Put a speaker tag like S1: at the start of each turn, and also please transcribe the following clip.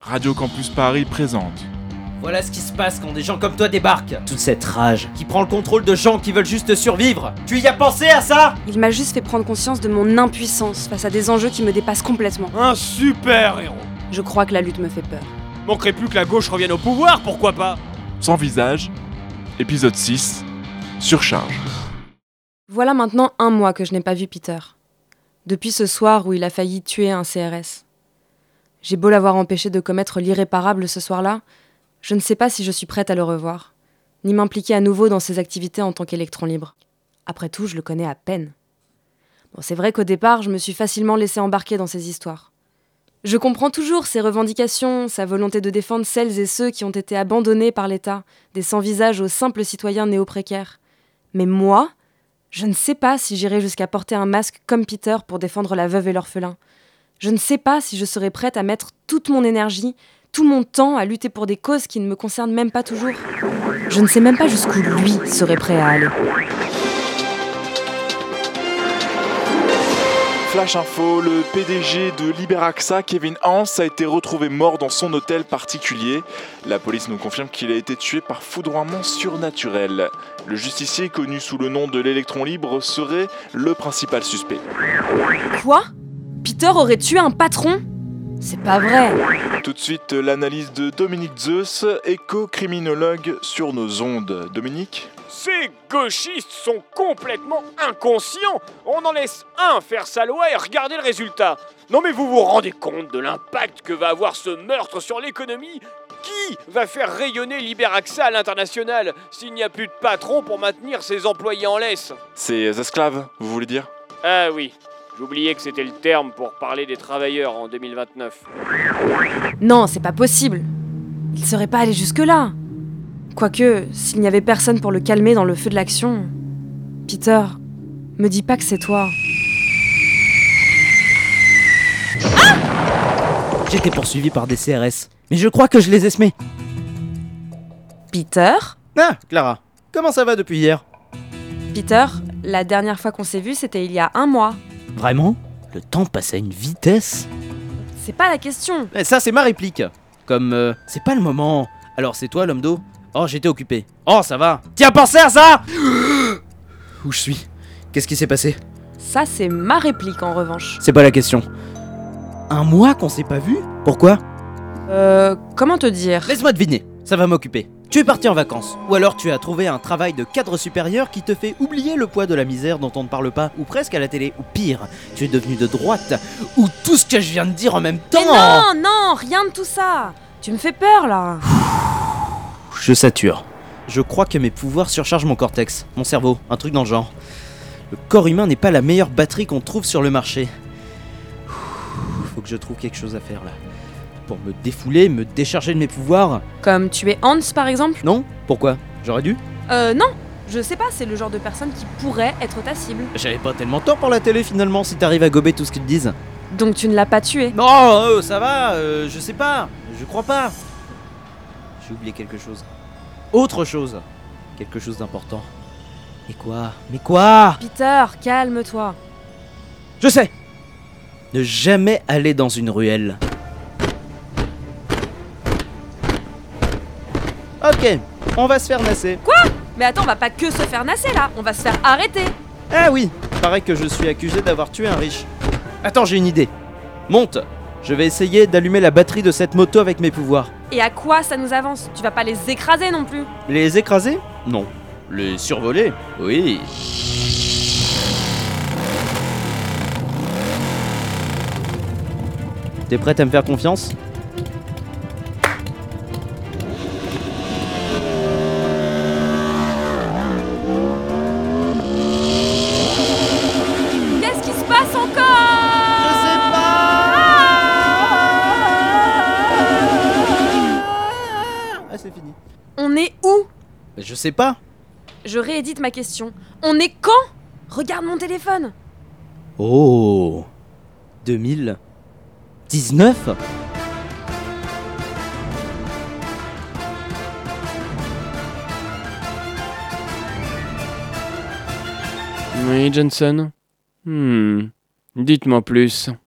S1: Radio Campus Paris présente.
S2: Voilà ce qui se passe quand des gens comme toi débarquent. Toute cette rage qui prend le contrôle de gens qui veulent juste survivre. Tu y as pensé à ça?
S3: Il m'a juste fait prendre conscience de mon impuissance face à des enjeux qui me dépassent complètement.
S4: Un super héros.
S3: Je crois que la lutte me fait peur.
S4: Manquerait plus que la gauche revienne au pouvoir, pourquoi pas?
S1: Sans visage, épisode 6, surcharge.
S3: Voilà maintenant 1 mois que je n'ai pas vu Peter. Depuis ce soir où il a failli tuer un CRS. J'ai beau l'avoir empêché de commettre l'irréparable ce soir-là, je ne sais pas si je suis prête à le revoir, ni m'impliquer à nouveau dans ses activités en tant qu'électron libre. Après tout, je le connais à peine. Bon, c'est vrai qu'au départ, je me suis facilement laissée embarquer dans ces histoires. Je comprends toujours ses revendications, sa volonté de défendre celles et ceux qui ont été abandonnés par l'État, des sans-visage aux simples citoyens néo-précaires. Mais moi, je ne sais pas si j'irai jusqu'à porter un masque comme Peter pour défendre la veuve et l'orphelin. Je ne sais pas si je serai prête à mettre toute mon énergie, tout mon temps à lutter pour des causes qui ne me concernent même pas toujours. Je ne sais même pas jusqu'où lui serait prêt à aller.
S1: Flash info, le PDG de Liberaxa, Kevin Hans, a été retrouvé mort dans son hôtel particulier. La police nous confirme qu'il a été tué par foudroiement surnaturel. Le justicier, connu sous le nom de l'Électron Libre, serait le principal suspect.
S3: Quoi ? Peter aurait tué un patron ? C'est pas vrai.
S1: Tout de suite, l'analyse de Dominique Zeus, éco-criminologue sur nos ondes. Dominique ?
S4: Ces gauchistes sont complètement inconscients. On en laisse un faire sa loi et regardez le résultat. Non mais vous vous rendez compte de l'impact que va avoir ce meurtre sur l'économie ? Qui va faire rayonner Liberaxa à l'international s'il n'y a plus de patron pour maintenir ses employés en laisse ?
S1: Ces esclaves, vous voulez dire ?
S4: Ah oui, j'oubliais que c'était le terme pour parler des travailleurs en 2029.
S3: Non, c'est pas possible. Il serait pas allé jusque-là. Quoique, s'il n'y avait personne pour le calmer dans le feu de l'action... Peter, me dis pas que c'est toi.
S2: J'étais poursuivi par des CRS, mais je crois que je les ai semés.
S3: Peter ?
S2: Ah, Clara, comment ça va depuis hier?
S3: Peter, la dernière fois qu'on s'est vu, c'était il y a 1 mois.
S2: Vraiment? Le temps passe à une vitesse.
S3: C'est pas la question.
S2: Ça, c'est ma réplique. Comme, c'est pas le moment. Alors, c'est toi, l'homme d'eau? Oh, j'étais occupé. Oh, ça va. Tiens, pensez à ça! Où je suis? Qu'est-ce qui s'est passé?
S3: Ça, c'est ma réplique en revanche.
S2: C'est pas la question. 1 mois qu'on s'est pas vu? Pourquoi?
S3: Comment te dire ?
S2: Laisse-moi deviner, ça va m'occuper. Tu es parti en vacances, ou alors tu as trouvé un travail de cadre supérieur qui te fait oublier le poids de la misère dont on ne parle pas, ou presque à la télé, ou pire, tu es devenu de droite, ou tout ce que je viens de dire en même temps.
S3: Mais non, rien de tout ça. Tu me fais peur là.
S2: Je sature. Je crois que mes pouvoirs surchargent mon cortex, mon cerveau, un truc dans le genre. Le corps humain n'est pas la meilleure batterie qu'on trouve sur le marché. Faut que je trouve quelque chose à faire là. Pour me défouler, me décharger de mes pouvoirs.
S3: Comme tuer Hans par exemple ?
S2: Non? Pourquoi? J'aurais dû?
S3: Non, je sais pas, c'est le genre de personne qui pourrait être ta cible.
S2: J'avais pas tellement tort pour la télé finalement si t'arrives à gober tout ce qu'ils te disent.
S3: Donc tu ne l'as pas tué ?
S2: Non, ça va, je sais pas, je crois pas. J'ai oublié quelque chose. Autre chose. Quelque chose d'important. Mais quoi? Mais quoi?
S3: Peter, calme-toi.
S2: Je sais! Ne jamais aller dans une ruelle. Ok, on va se faire nasser.
S3: Mais attends, on va pas que se faire nasser là, on va se faire arrêter.
S2: Ah oui, paraît que je suis accusé d'avoir tué un riche. Attends, j'ai une idée. Monte! Je vais essayer d'allumer la batterie de cette moto avec mes pouvoirs.
S3: Et à quoi ça nous avance ? Tu vas pas les écraser non plus.
S2: Les écraser? Non. Les survoler? Oui. T'es prête à me faire confiance?
S3: Qu'est-ce qui se passe encore ?
S2: Ah, c'est fini.
S3: On est où ?
S2: Je sais pas.
S3: Je réédite ma question. On est quand ? Regarde mon téléphone.
S2: Oh. 2019 ?
S4: Oui, Johnson. Dites-moi plus.